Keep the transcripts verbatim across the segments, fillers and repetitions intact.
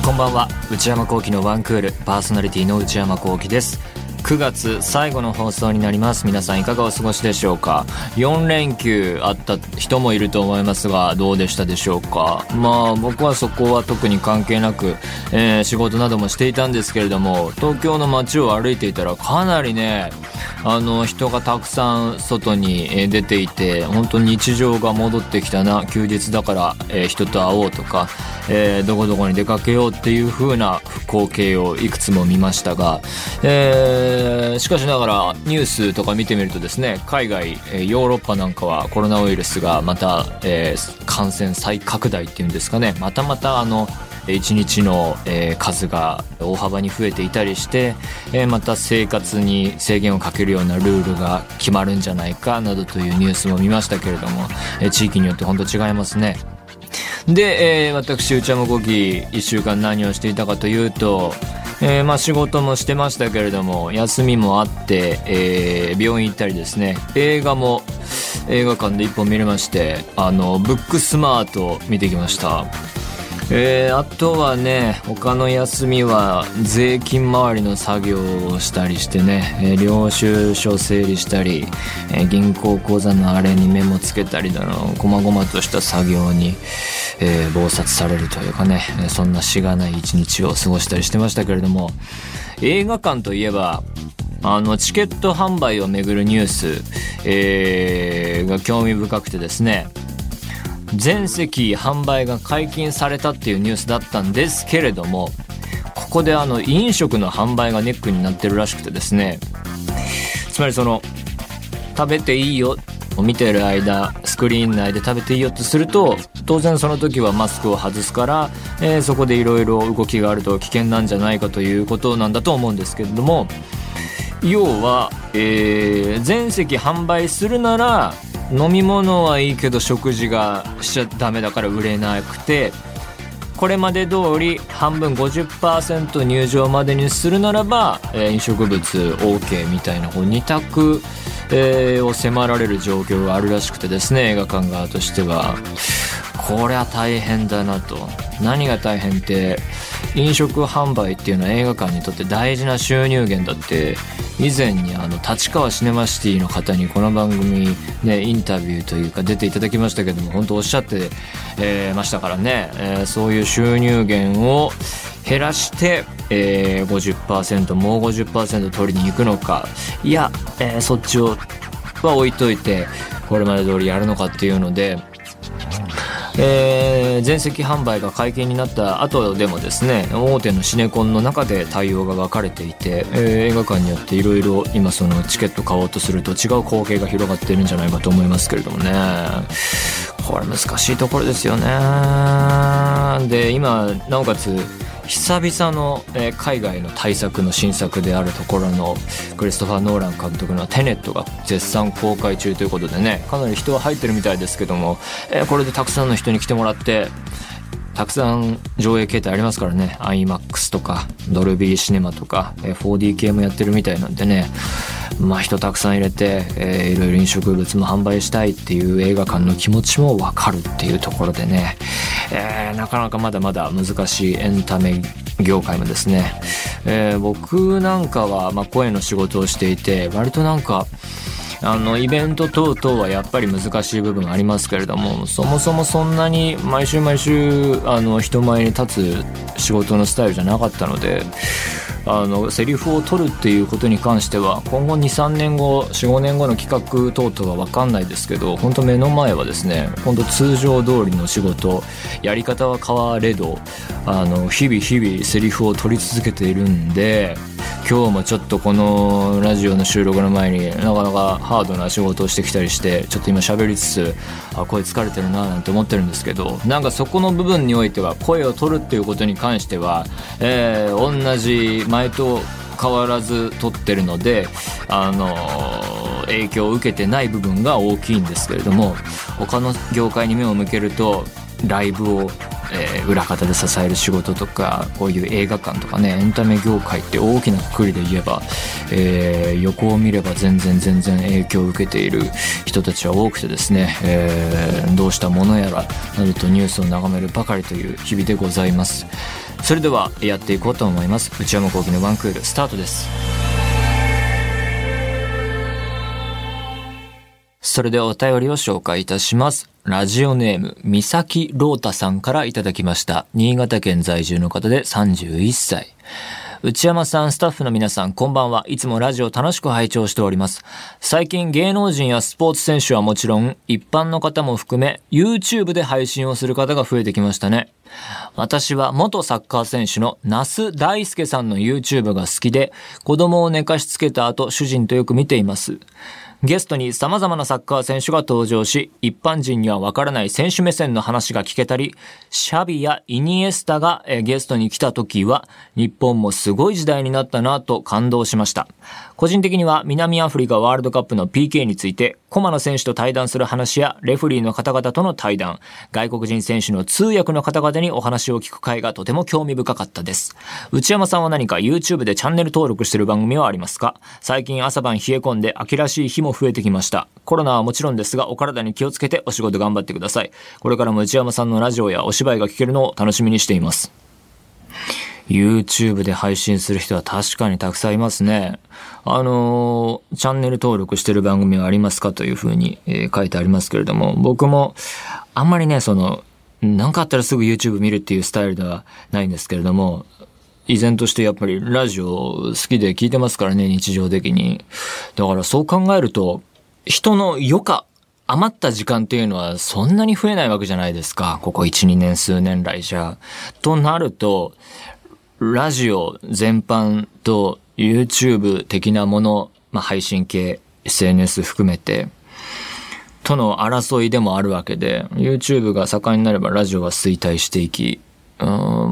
こんばんは。内山聖輝のワンクールパーソナリティの内山聖輝です。くがつ最後の放送になります。皆さんいかがお過ごしでしょうか。よん連休あった人もいると思いますが、どうでしたでしょうか。まあ僕はそこは特に関係なく、えー、仕事などもしていたんですけれども、東京の街を歩いていたらかなりね、あの人がたくさん外に出ていて、本当に日常が戻ってきたな、休日だから、えー、人と会おうとか、えー、どこどこに出かけようっていう風な光景をいくつも見ましたが、えー、しかしながらニュースとか見てみるとですね、海外ヨーロッパなんかはコロナウイルスがまた、えー、感染再拡大っていうんですかね、またまたあのいちにちの、えー、数が大幅に増えていたりして、えー、また生活に制限をかけるようなルールが決まるんじゃないかなどというニュースも見ましたけれども、えー、地域によって本当違いますね。で、えー、私内山聖輝いっしゅうかん何をしていたかというと、えー、まあ仕事もしてましたけれども、休みもあって、えー、病院行ったりですね、映画も映画館で一本見れまして、あのブックスマート見てきました。えー、あとはね、他の休みは税金周りの作業をしたりしてね、えー、領収書整理したり、えー、銀行口座のあれにメモつけたりだの、細々とした作業に、えー、忙殺されるというかね、そんなしがない一日を過ごしたりしてましたけれども、映画館といえばあのチケット販売をめぐるニュース、えー、が興味深くてですね、全席販売が解禁されたっていうニュースだったんですけれども、ここであの飲食の販売がネックになってるらしくてですね、つまりその食べていいよ、見てる間スクリーン内で食べていいよとすると、当然その時はマスクを外すから、えー、そこでいろいろ動きがあると危険なんじゃないかということなんだと思うんですけれども、要は、えー、全席販売するなら飲み物はいいけど食事がしちゃダメだから売れなくて、これまで通り半分 ごじゅっパーセント 入場までにするならば、えー、飲食物 OK みたいなこうに択、えー、を迫られる状況があるらしくてですね、映画館側としてはこれは大変だなと。何が大変って、飲食販売っていうのは映画館にとって大事な収入源だって以前にあの立川シネマシティの方にこの番組ねインタビューというか出ていただきましたけども、本当おっしゃって、えー、ましたからね、えー、そういう収入源を減らして、えー、ごじゅっパーセント もう ごじゅっパーセント 取りに行くのか、いや、えー、そっちをは置いといてこれまで通りやるのかっていうので、えー、全席販売が解禁になった後でもですね、大手のシネコンの中で対応が分かれていて、えー、映画館によっていろいろ今そのチケット買おうとすると違う光景が広がっているんじゃないかと思いますけれどもね、これ難しいところですよね。で、今なおかつ久々の、えー、海外の大作の新作であるところのクリストファー・ノーラン監督のテネットが絶賛公開中ということでね、かなり人は入ってるみたいですけども、えー、これでたくさんの人に来てもらって、たくさん上映形態ありますからね、 アイマックス とかドルビーシネマとか、えー、フォーディー 系もやってるみたいなんでね、まあ人たくさん入れて、えー、いろいろ飲食物も販売したいっていう映画館の気持ちも分かるっていうところでね、えー、なかなかまだまだ難しいエンタメ業界もですね、えー、僕なんかは、まあ、声の仕事をしていて、割となんかあのイベント等々はやっぱり難しい部分ありますけれども、そもそもそんなに毎週毎週あの人前に立つ仕事のスタイルじゃなかったので、あのセリフを取るっていうことに関しては今後 にさんねんご よんごねんごの企画等々は分かんないですけど、本当目の前はですね、本当通常通りの仕事、やり方は変われどあの日々日々セリフを取り続けているんで、今日もちょっとこのラジオの収録の前になかなかハードな仕事をしてきたりして、ちょっと今喋りつつ、あ、声疲れてるななんて思ってるんですけど、なんかそこの部分においては声を取るっていうことに関しては、えー、同じ前と変わらず取ってるので、あのー、影響を受けてない部分が大きいんですけれども、他の業界に目を向けるとライブをえー、裏方で支える仕事とか、こういう映画館とかね、エンタメ業界って大きな括りで言えば、えー、横を見れば全然全然影響を受けている人たちは多くてですね、えー、どうしたものやらなどとニュースを眺めるばかりという日々でございます。 それではやっていこうと思います。内山聖輝のワンクールスタートです。それではお便りを紹介いたします。ラジオネーム三崎ロータさんからいただきました。新潟県在住の方でさんじゅういっさい。内山さん、スタッフの皆さん、こんばんは。いつもラジオ楽しく拝聴しております。最近芸能人やスポーツ選手はもちろん、一般の方も含め YouTube で配信をする方が増えてきましたね。私は元サッカー選手の那須大輔さんの YouTube が好きで、子供を寝かしつけた後、主人とよく見ています。ゲストに様々なサッカー選手が登場し、一般人にはわからない選手目線の話が聞けたり、シャビやイニエスタがゲストに来た時は、日本もすごい時代になったなと感動しました。個人的には南アフリカワールドカップの ピーケー について、駒野選手と対談する話や、レフリーの方々との対談、外国人選手の通訳の方々にお話を聞く会がとても興味深かったです。内山さんは何か YouTube でチャンネル登録している番組はありますか？最近朝晩冷え込んで秋らしい日も増えてきました。コロナはもちろんですが、お体に気をつけてお仕事頑張ってください。これからも内山さんのラジオやお芝居が聞けるのを楽しみにしています。YouTube で配信する人は確かにたくさんいますね。あのー、チャンネル登録してる番組はありますかというふうに、えー、書いてありますけれども、僕もあんまりね、その、なんかあったらすぐ YouTube 見るっていうスタイルではないんですけれども、依然としてやっぱりラジオ好きで聞いてますからね、日常的に。だからそう考えると、人の余暇、余った時間っていうのはそんなに増えないわけじゃないですか。ここいち、にねん数年来じゃ。となると、ラジオ全般と YouTube 的なもの、まあ、配信系、エスエヌエス 含めて、との争いでもあるわけで、YouTube が盛んになればラジオは衰退していき、うん、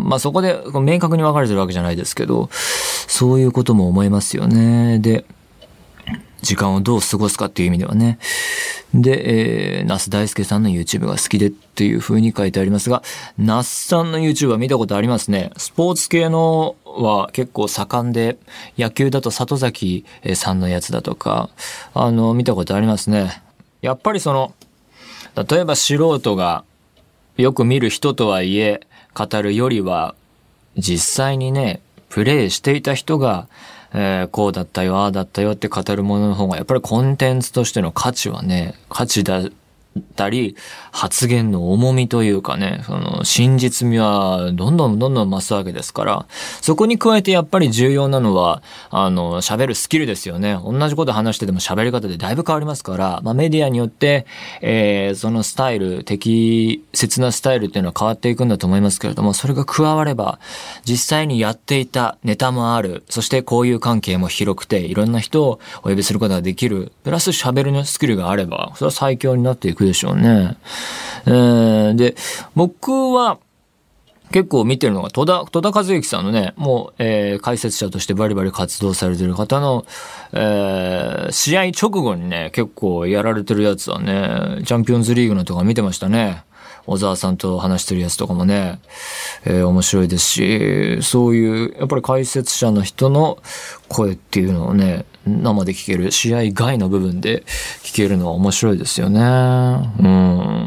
まあ、そこで明確に分かれてるわけじゃないですけど、そういうことも思いますよね。で、時間をどう過ごすかっていう意味ではね。で、えー、那須大輔さんの YouTube が好きでっていう風に書いてありますが、那須さんの YouTube は見たことありますね。スポーツ系のは結構盛んで、野球だと里崎さんのやつだとか、あの、見たことありますね。やっぱりその、例えば素人がよく見る人とはいえ語るよりは、実際にね、プレイしていた人が、えー、こうだったよ、ああだったよって語るものの方が、やっぱりコンテンツとしての価値はね、価値だったり、発言の重みというかね、その真実味はどんどんどんどん増すわけですから、そこに加えてやっぱり重要なのは、あの、喋るスキルですよね。同じこと話してても喋り方でだいぶ変わりますから、まあメディアによって、えー、そのスタイル、適切なスタイルっていうのは変わっていくんだと思いますけれども、それが加われば、実際にやっていたネタもある、そして交友関係も広くて、いろんな人をお呼びすることができる、プラス喋るのスキルがあれば、それは最強になっていくでしょうね。えー、で、僕は結構見てるのが戸田、戸田和幸さんのね、もう、えー、解説者としてバリバリ活動されてる方の、えー、試合直後にね、結構やられてるやつはね、チャンピオンズリーグのとか見てましたね。小沢さんと話してるやつとかもね、えー、面白いですし、そういう、やっぱり解説者の人の声っていうのをね、生で聞ける、試合外の部分で聞けるのは面白いですよね。うん。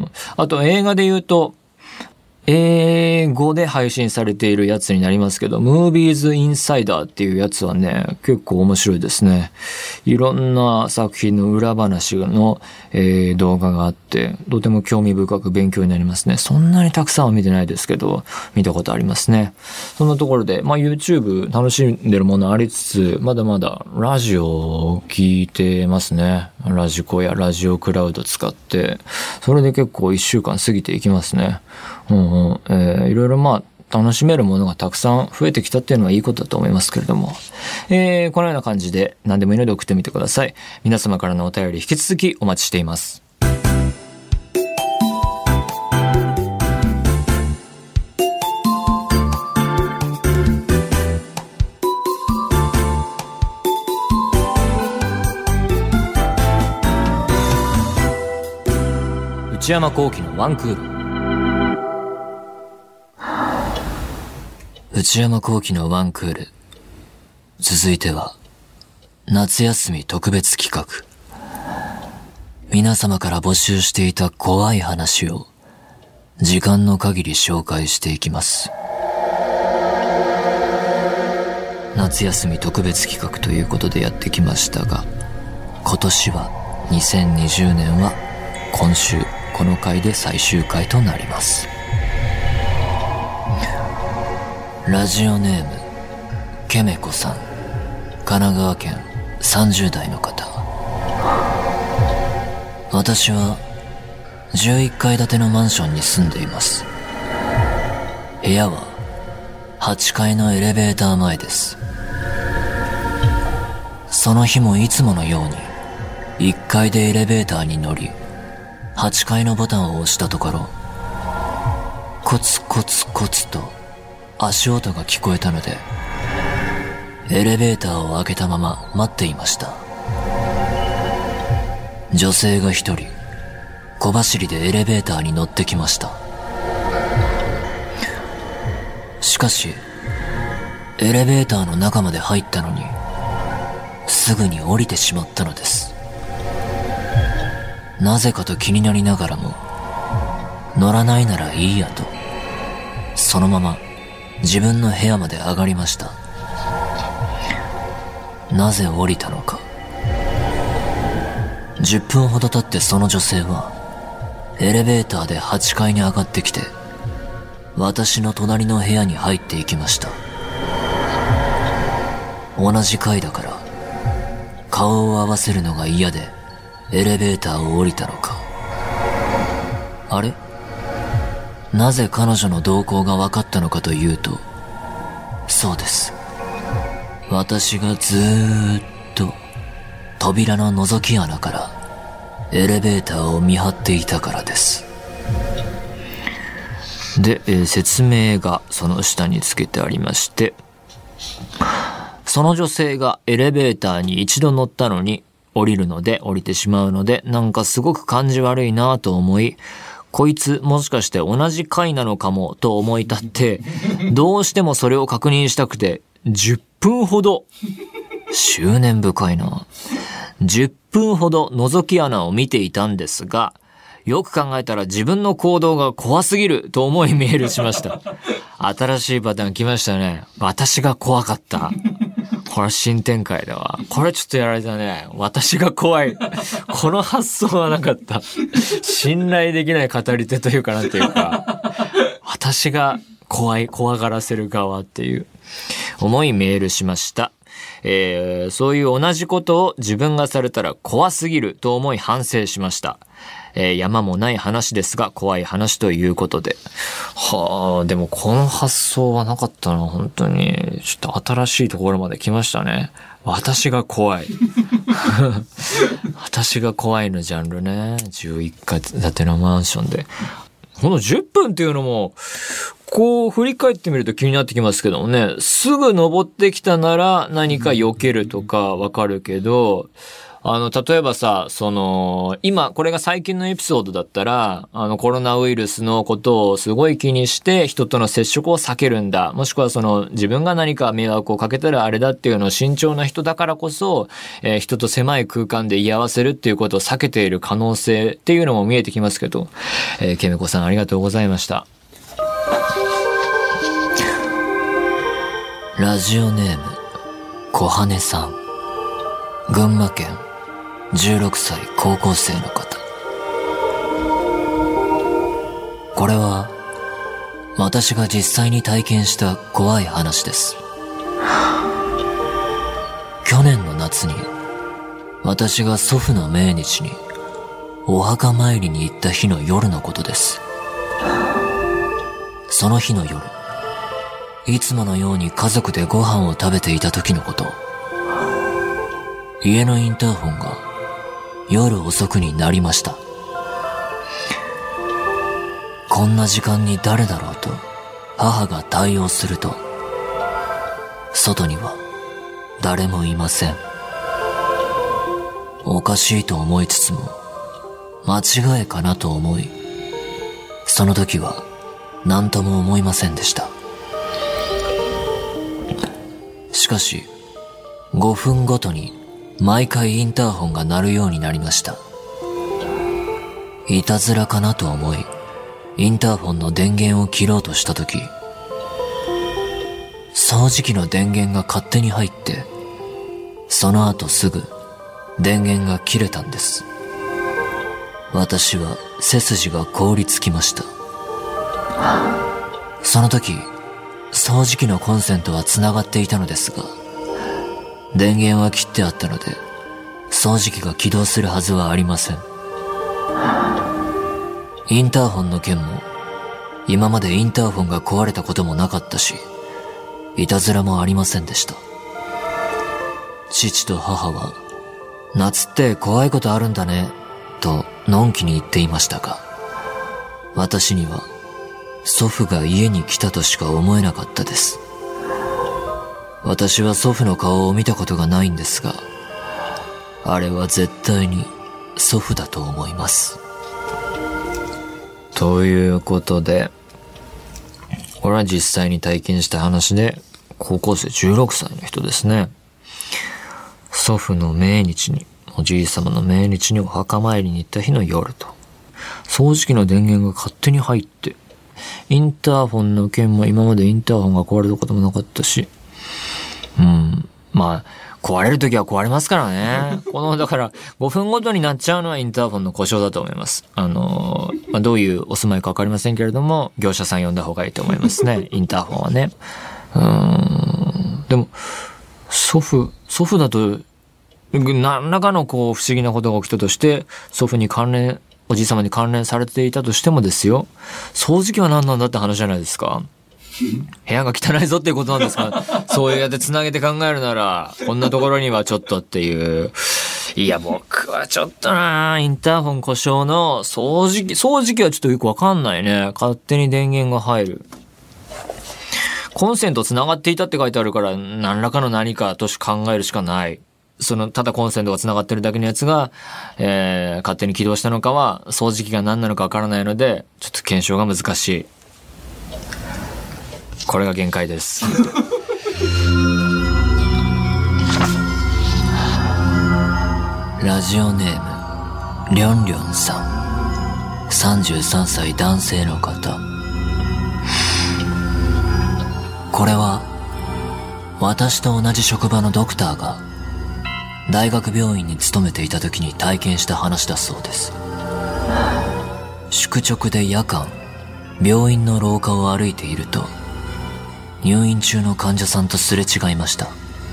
あと映画で言うと、英語で配信されているやつになりますけど、ムービーズインサイダーっていうやつはね、結構面白いですね。いろんな作品の裏話の、えー、動画があって、とても興味深く勉強になりますね。そんなにたくさんは見てないですけど、見たことありますね。そんなところで、まあ YouTube 楽しんでるものありつつ、まだまだラジオを聞いてますね。ラジコやラジオクラウド使って、それで結構一週間過ぎていきますね。うんうん、えー、いろいろまあ楽しめるものがたくさん増えてきたっていうのはいいことだと思いますけれども、えー、このような感じで何でもいいので送ってみてください。皆様からのお便り引き続きお待ちしています。内山聖輝のワンクール。内山聖輝のワンクール。続いては夏休み特別企画。皆様から募集していた怖い話を時間の限り紹介していきます。 夏休み特別企画ということでやってきましたが、今年はにせんにじゅうねんは今週この回で最終回となります。ラジオネームケメコさん、神奈川県さんじゅう代の方。私はじゅういっかい建てのマンションに住んでいます。部屋ははちかいのエレベーター前です。その日もいつものようにいっかいでエレベーターに乗り、はちかいのボタンを押したところ、コツコツコツと足音が聞こえたので、エレベーターを開けたまま待っていました。女性が一人小走りでエレベーターに乗ってきました。しかしエレベーターの中まで入ったのにすぐに降りてしまったのです。なぜかと気になりながらも、乗らないならいいやとそのまま自分の部屋まで上がりました。なぜ降りたのか。じゅっぷんほど経ってその女性はエレベーターではちかいに上がってきて、私の隣の部屋に入っていきました。同じ階だから顔を合わせるのが嫌でエレベーターを降りたのか。あれ、なぜ彼女の動向が分かったのかというと、そうです、私がずーっと扉の覗き穴からエレベーターを見張っていたからです。で、えー、説明がその下につけてありまして、その女性がエレベーターに一度乗ったのに降りるので降りてしまうので、なんかすごく感じ悪いなと思い、こいつもしかして同じ階なのかもと思い立って、どうしてもそれを確認したくてじゅっぷんほど、執念深いな、じゅっぷんほど覗き穴を見ていたんですが、よく考えたら自分の行動が怖すぎると思いメールしました。新しいパターン来ましたね。私が怖かった。これ新展開だわ。これちょっとやられたね。私が怖い。この発想はなかった。信頼できない語り手というかなんていうか、私が怖い、怖がらせる側っていう思いメールしました。えー、そういう同じことを自分がされたら怖すぎると思い反省しました。えー、山もない話ですが怖い話ということで。はあ、でもこの発想はなかったな、本当に。ちょっと新しいところまで来ましたね。私が怖い。私が怖いのジャンルね。じゅういっかい建てのマンションで。このじゅっぷんっていうのも、こう振り返ってみると気になってきますけどもね、すぐ登ってきたなら何か避けるとかわかるけど、あの、例えばさ、その、今、これが最近のエピソードだったら、あの、コロナウイルスのことをすごい気にして人との接触を避けるんだ。もしくはその、自分が何か迷惑をかけたらあれだっていうのを慎重な人だからこそ、えー、人と狭い空間で居合わせるっていうことを避けている可能性っていうのも見えてきますけど、えー、ケメコさんありがとうございました。ラジオネーム、小羽さん。群馬県じゅうろくさい高校生の方。これは私が実際に体験した怖い話です。去年の夏に私が祖父の命日にお墓参りに行った日の夜のことです。その日の夜、いつものように家族でご飯を食べていた時のこと。家のインターホンが夜遅くに鳴りました。こんな時間に誰だろうと母が対応すると、外には誰もいません。おかしいと思いつつも間違いかなと思い、その時は何とも思いませんでした。しかしごふんごとに毎回インターホンが鳴るようになりました。いたずらかなと思い、インターホンの電源を切ろうとしたとき、 掃除機の電源が勝手に入って、その後すぐ電源が切れたんです。私は背筋が凍りつきました。その時、掃除機のコンセントは繋がっていたのですが、電源は切ってあったので、掃除機が起動するはずはありません。インターホンの件も、今までインターホンが壊れたこともなかったし、いたずらもありませんでした。父と母は、夏って怖いことあるんだね、とのんきに言っていましたが、私には祖父が家に来たとしか思えなかったです。私は祖父の顔を見たことがないんですが、あれは絶対に祖父だと思います。 ということで、これは実際に体験した話で、高校生じゅうろくさいの人ですね。祖父の命日に、おじい様の命日にお墓参りに行った日の夜と、掃除機の電源が勝手に入って、インターホンの件も今までインターホンが壊れたこともなかったし、うん、まあ、壊れるときは壊れますからね。この、だからごふんごとになっちゃうのはインターホンの故障だと思います。あの、まあ、どういうお住まいかわかりませんけれども、業者さん呼んだ方がいいと思いますね。インターホンはね。うーん。でも、祖父、祖父だと、何らかのこう不思議なことが起きたとして、祖父に関連、おじい様に関連されていたとしてもですよ、掃除機は何なんだって話じゃないですか。部屋が汚いぞっていうことなんですか。そういうやって繋げて考えるなら、こんなところにはちょっとっていう。いや、僕はちょっとな、インターホン故障の掃除機、掃除機はちょっとよくわかんないね。勝手に電源が入る。コンセント繋がっていたって書いてあるから、何らかの何かとし考えるしかない。その、ただコンセントが繋がってるだけのやつが、えー、勝手に起動したのかは、掃除機が何なのかわからないので、ちょっと検証が難しい。これが限界です。 ラジオネーム、りょんりょんさん。さんじゅうさんさい男性の方。これは、私と同じ職場のドクターが、大学病院に勤めていた時に体験した話だそうです。宿直で夜間、病院の廊下を歩いていると、入院中の患者さんとすれ違いました。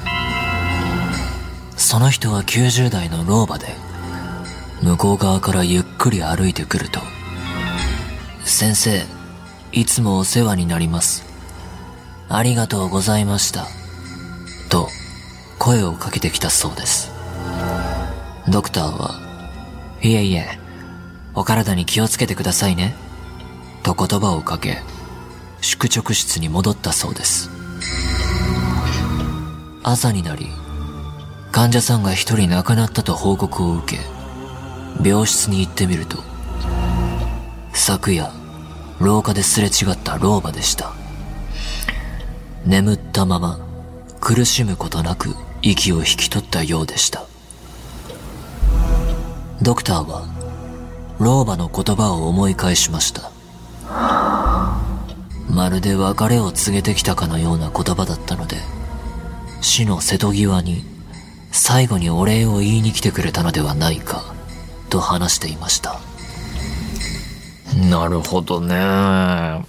その人はきゅうじゅうだいの老婆で、向こう側からゆっくり歩いてくると、先生、いつもお世話になります。ありがとうございました。と、声をかけてきたそうです。ドクターは、いえいえ、お体に気をつけてくださいね。と言葉をかけ、宿直室に戻ったそうです。朝になり、患者さんが一人亡くなったと報告を受け、病室に行ってみると、昨夜、廊下ですれ違った老婆でした。眠ったまま、苦しむことなく息を引き取ったようでした。ドクターは、老婆の言葉を思い返しました。まるで別れを告げてきたかのような言葉だったので、死の瀬戸際に最後にお礼を言いに来てくれたのではないかと話していました。 なるほどね。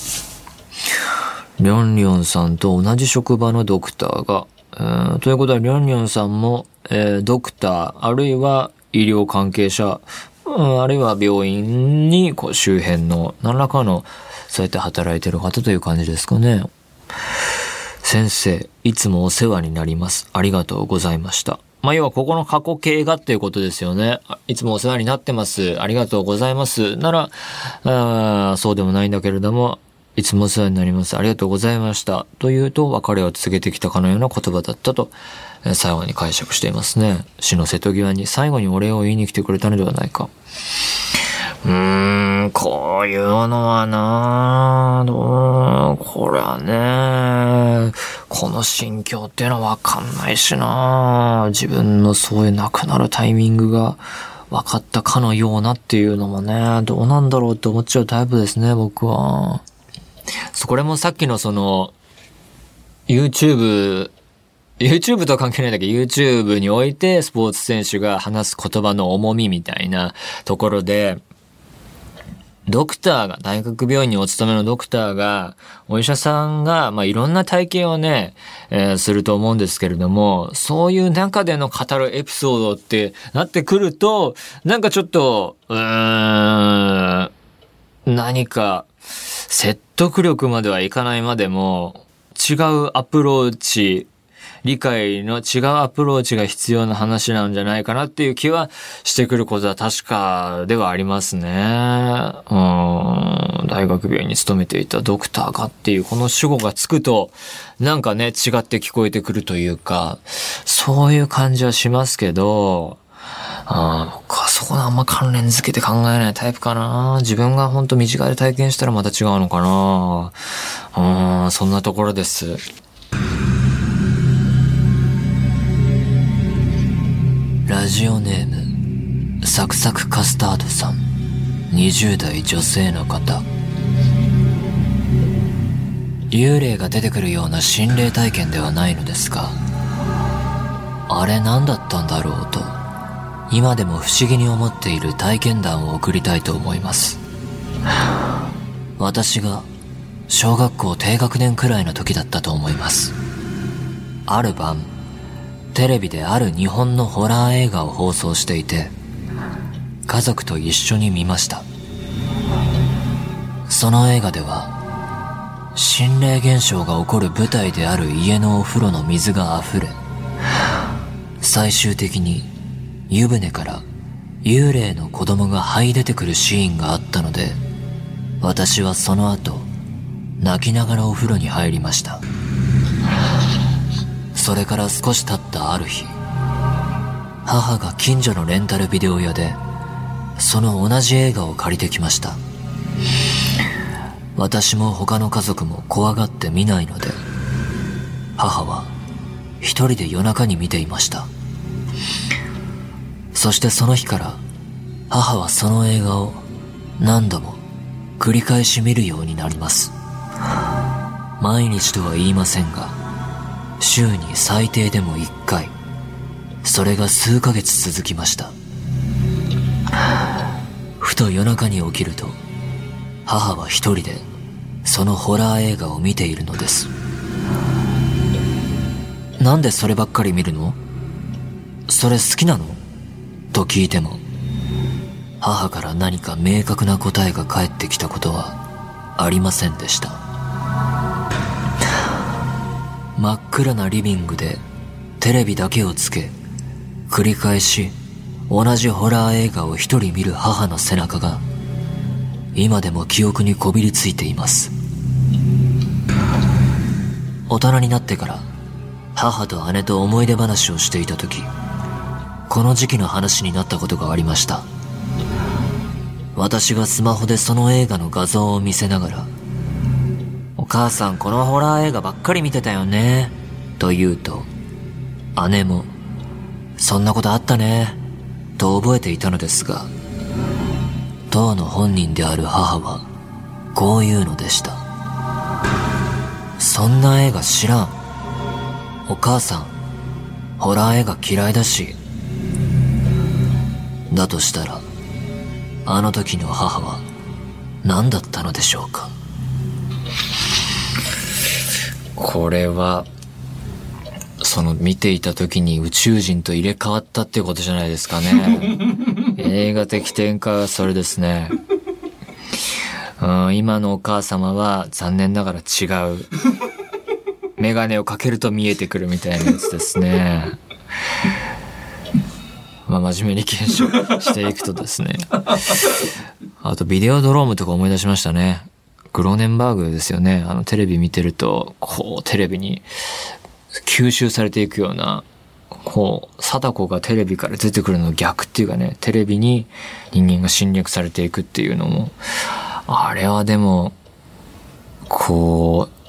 りょんりょんさんと同じ職場のドクターが、えー、ということはりょんりょんさんも、えー、ドクターあるいは医療関係者、うん、あるいは病院にこう周辺の何らかのそうやって働いてる方という感じですかね。先生、いつもお世話になります。ありがとうございました。まあ、要はここの過去形がっていうことですよね。いつもお世話になってます。ありがとうございます。なら、あそうでもないんだけれども、いつもお世話になります。ありがとうございました。というと、別れを告げてきたかのような言葉だったと、えー、最後に解釈していますね。死の瀬戸際に最後にお礼を言いに来てくれたのではないか。うーん、こういうのはなぁ、どう、これはね、この心境っていうのはわかんないしなぁ、自分のそういう亡くなるタイミングが分かったかのようなっていうのもね、どうなんだろうって思っちゃうタイプですね、僕は。これもさっきのその、 YouTube、YouTube とは関係ないんだけど、YouTube においてスポーツ選手が話す言葉の重みみたいなところで、ドクターが、大学病院にお勤めのドクターが、お医者さんが、まあ、いろんな体験をね、えー、すると思うんですけれども、そういう中での語るエピソードってなってくると、なんかちょっと、うーん、何か、説得力まではいかないまでも、違うアプローチ、理解の違うアプローチが必要な話なんじゃないかなっていう気はしてくることは確かではありますね。うん、大学病院に勤めていたドクターがっていうこの主語がつくとなんかね違って聞こえてくるというかそういう感じはしますけど、あ僕はそこのあんま関連づけて考えないタイプかな。自分が本当身近で体験したらまた違うのかな。うん、そんなところです。 ラジオネームサクサクカスタードさん、にじゅう代女性の方。幽霊が出てくるような心霊体験ではないのですが、あれ何だったんだろうと今でも不思議に思っている体験談を送りたいと思います。私が小学校低学年くらいの時だったと思います。ある晩テレビである日本のホラー映画を放送していて、家族と一緒に見ました。その映画では、心霊現象が起こる舞台である家のお風呂の水が溢れ、最終的に湯船から幽霊の子供が這い出てくるシーンがあったので、私はその後、泣きながらお風呂に入りました。それから少し経ったある日、母が近所のレンタルビデオ屋でその同じ映画を借りてきました。私も他の家族も怖がって見ないので、母は一人で夜中に見ていました。そしてその日から母はその映画を何度も繰り返し見るようになります。毎日とは言いませんが、週に最低でもいっかい、それが数ヶ月続きました。ふと夜中に起きると、母は一人でそのホラー映画を見ているのです。なんでそればっかり見るの？それ好きなの？と聞いても、母から何か明確な答えが返ってきたことはありませんでした。真っ暗なリビングでテレビだけをつけ、繰り返し同じホラー映画を一人見る母の背中が今でも記憶にこびりついています。大人になってから母と姉と思い出話をしていた時、この時期の話になったことがありました。私がスマホでその映画の画像を見せながら、お母さんこのホラー映画ばっかり見てたよねと言うと、姉もそんなことあったねと覚えていたのですが、当の本人である母はこう言うのでした。そんな映画知らん。お母さんホラー映画嫌いだし。だとしたらあの時の母は何だったのでしょうか。 これはその見ていた時に宇宙人と入れ替わったっていうことじゃないですかね。映画的展開はそれですね。うん、今のお母様は残念ながら違う。メガネをかけると見えてくるみたいなやつですね。まあ真面目に検証していくとですね。あとビデオドロームとか思い出しましたね。クローネンバーグですよね。あのテレビ見てるとこうテレビに吸収されていくような、こう貞子がテレビから出てくるの逆っていうかね、テレビに人間が侵略されていくっていうのも、あれはでもこう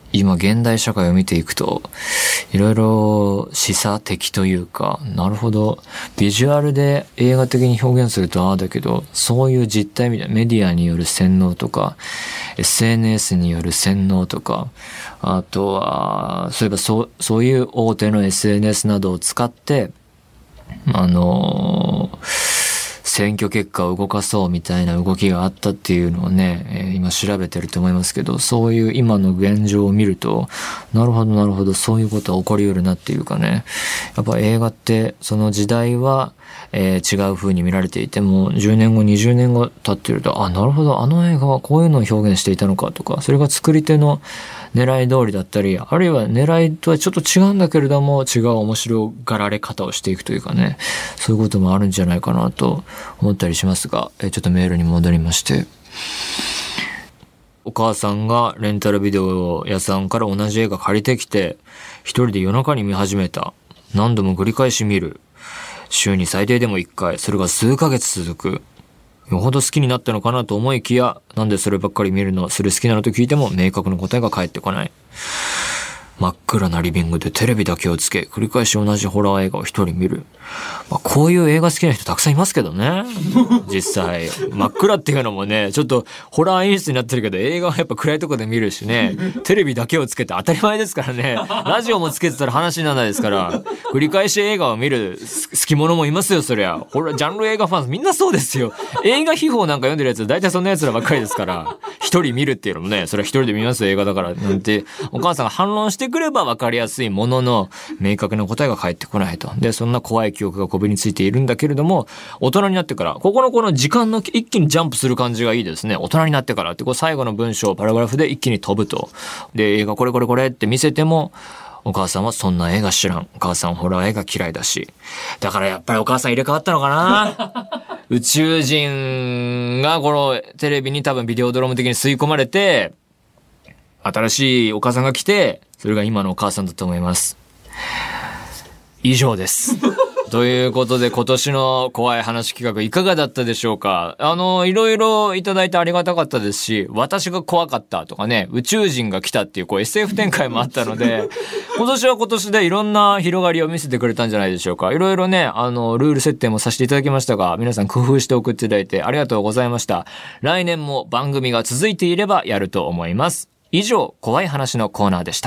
今現代社会を見ていくと、いろいろ示唆的というか、なるほど、ビジュアルで映画的に表現するとああだけど、そういう実態みたいな、メディアによる洗脳とか、エスエヌエス による洗脳とか、あとは、そういえばそう、そういう大手の エスエヌエス などを使って、あのー、選挙結果を動かそうみたいな動きがあったっていうのをね、えー、今調べてると思いますけど、そういう今の現状を見ると、なるほどなるほど、そういうことは起こり得るなっていうかね、やっぱ映画ってその時代は、えー、違う風に見られていても、じゅうねんごにじゅうねんご経ってると、あ、なるほど、あの映画はこういうのを表現していたのかとか、それが作り手の狙い通りだったり、あるいは狙いとはちょっと違うんだけれども、違う面白がられ方をしていくというかね、そういうこともあるんじゃないかなと思ったりしますが、えー、ちょっとメールに戻りまして、お母さんがレンタルビデオ屋さんから同じ映画借りてきて、一人で夜中に見始めた。何度も繰り返し見る。週に最低でもいっかい、それが数ヶ月続く。よほど好きになったのかなと思いきや、なんでそればっかり見るの、それ好きなのと聞いても明確な答えが返ってこない。真っ暗なリビングでテレビだけをつけ、繰り返し同じホラー映画を一人見る。まあ、こういう映画好きな人たくさんいますけどね。実際。真っ暗っていうのもね、ちょっとホラー演出になってるけど、映画はやっぱ暗いとこで見るしね、テレビだけをつけて当たり前ですからね。ラジオもつけてたら話にならないですから、繰り返し映画を見る好き者もいますよ、そりゃ。ほら、ジャンル映画ファンみんなそうですよ。映画秘宝なんか読んでるやつ、大体そんなやつらばっかりですから、一人見るっていうのもね、それは一人で見ますよ、映画だから。なんて、お母さんが反論してくれば分かりやすいものの、明確な答えが返ってこないと。で、そんな怖い記憶がこびりついているんだけれども、大人になってから、ここのこの時間の一気にジャンプする感じがいいですね。大人になってからって、こう最後の文章、パラグラフで一気に飛ぶと。で、映画これこれこれって見せても、お母さんはそんな映画知らん。お母さんホラー映画嫌いだし。だからやっぱりお母さん入れ替わったのかな宇宙人がこのテレビに多分ビデオドラム的に吸い込まれて、新しいお母さんが来て、それが今のお母さんだと思います。以上です。ということで今年の怖い話企画いかがだったでしょうか。あの、いろいろいただいてありがたかったですし、私が怖かったとかね、宇宙人が来たっていうこう エスエフ 展開もあったので、今年は今年でいろんな広がりを見せてくれたんじゃないでしょうか。いろいろね、あの、ルール設定もさせていただきましたが、皆さん工夫して送っていただいてありがとうございました。来年も番組が続いていればやると思います。以上、怖い話のコーナーでした。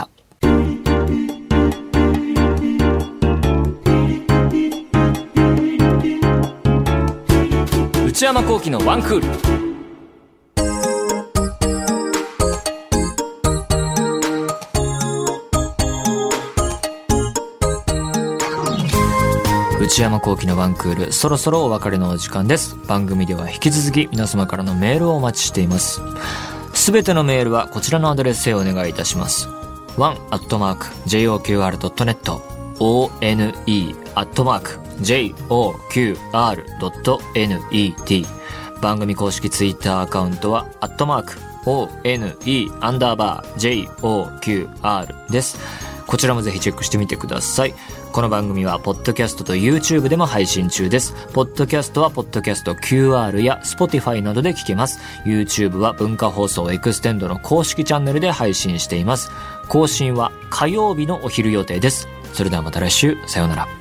内山聖輝のワンクール。内山聖輝のワンクール、そろそろお別れのお時間です。番組では引き続き皆様からのメールをお待ちしています。すべてのメールはこちらのアドレスへお願いいたします。ワン アットマーク ジェイオーキューアール ドットネット オーエヌイー アットマーク ジェイオーキューアール ドットネット 番組公式ツイッターアカウントはアットマーク オーエヌイー アンダーバー ジェイオーキューアール です。こちらもぜひチェックしてみてください。この番組はポッドキャストと YouTube でも配信中です。ポッドキャストはポッドキャスト キューアール や Spotify などで聞けます。YouTube は文化放送エクステンドの公式チャンネルで配信しています。更新は火曜日のお昼予定です。それではまた来週、さようなら。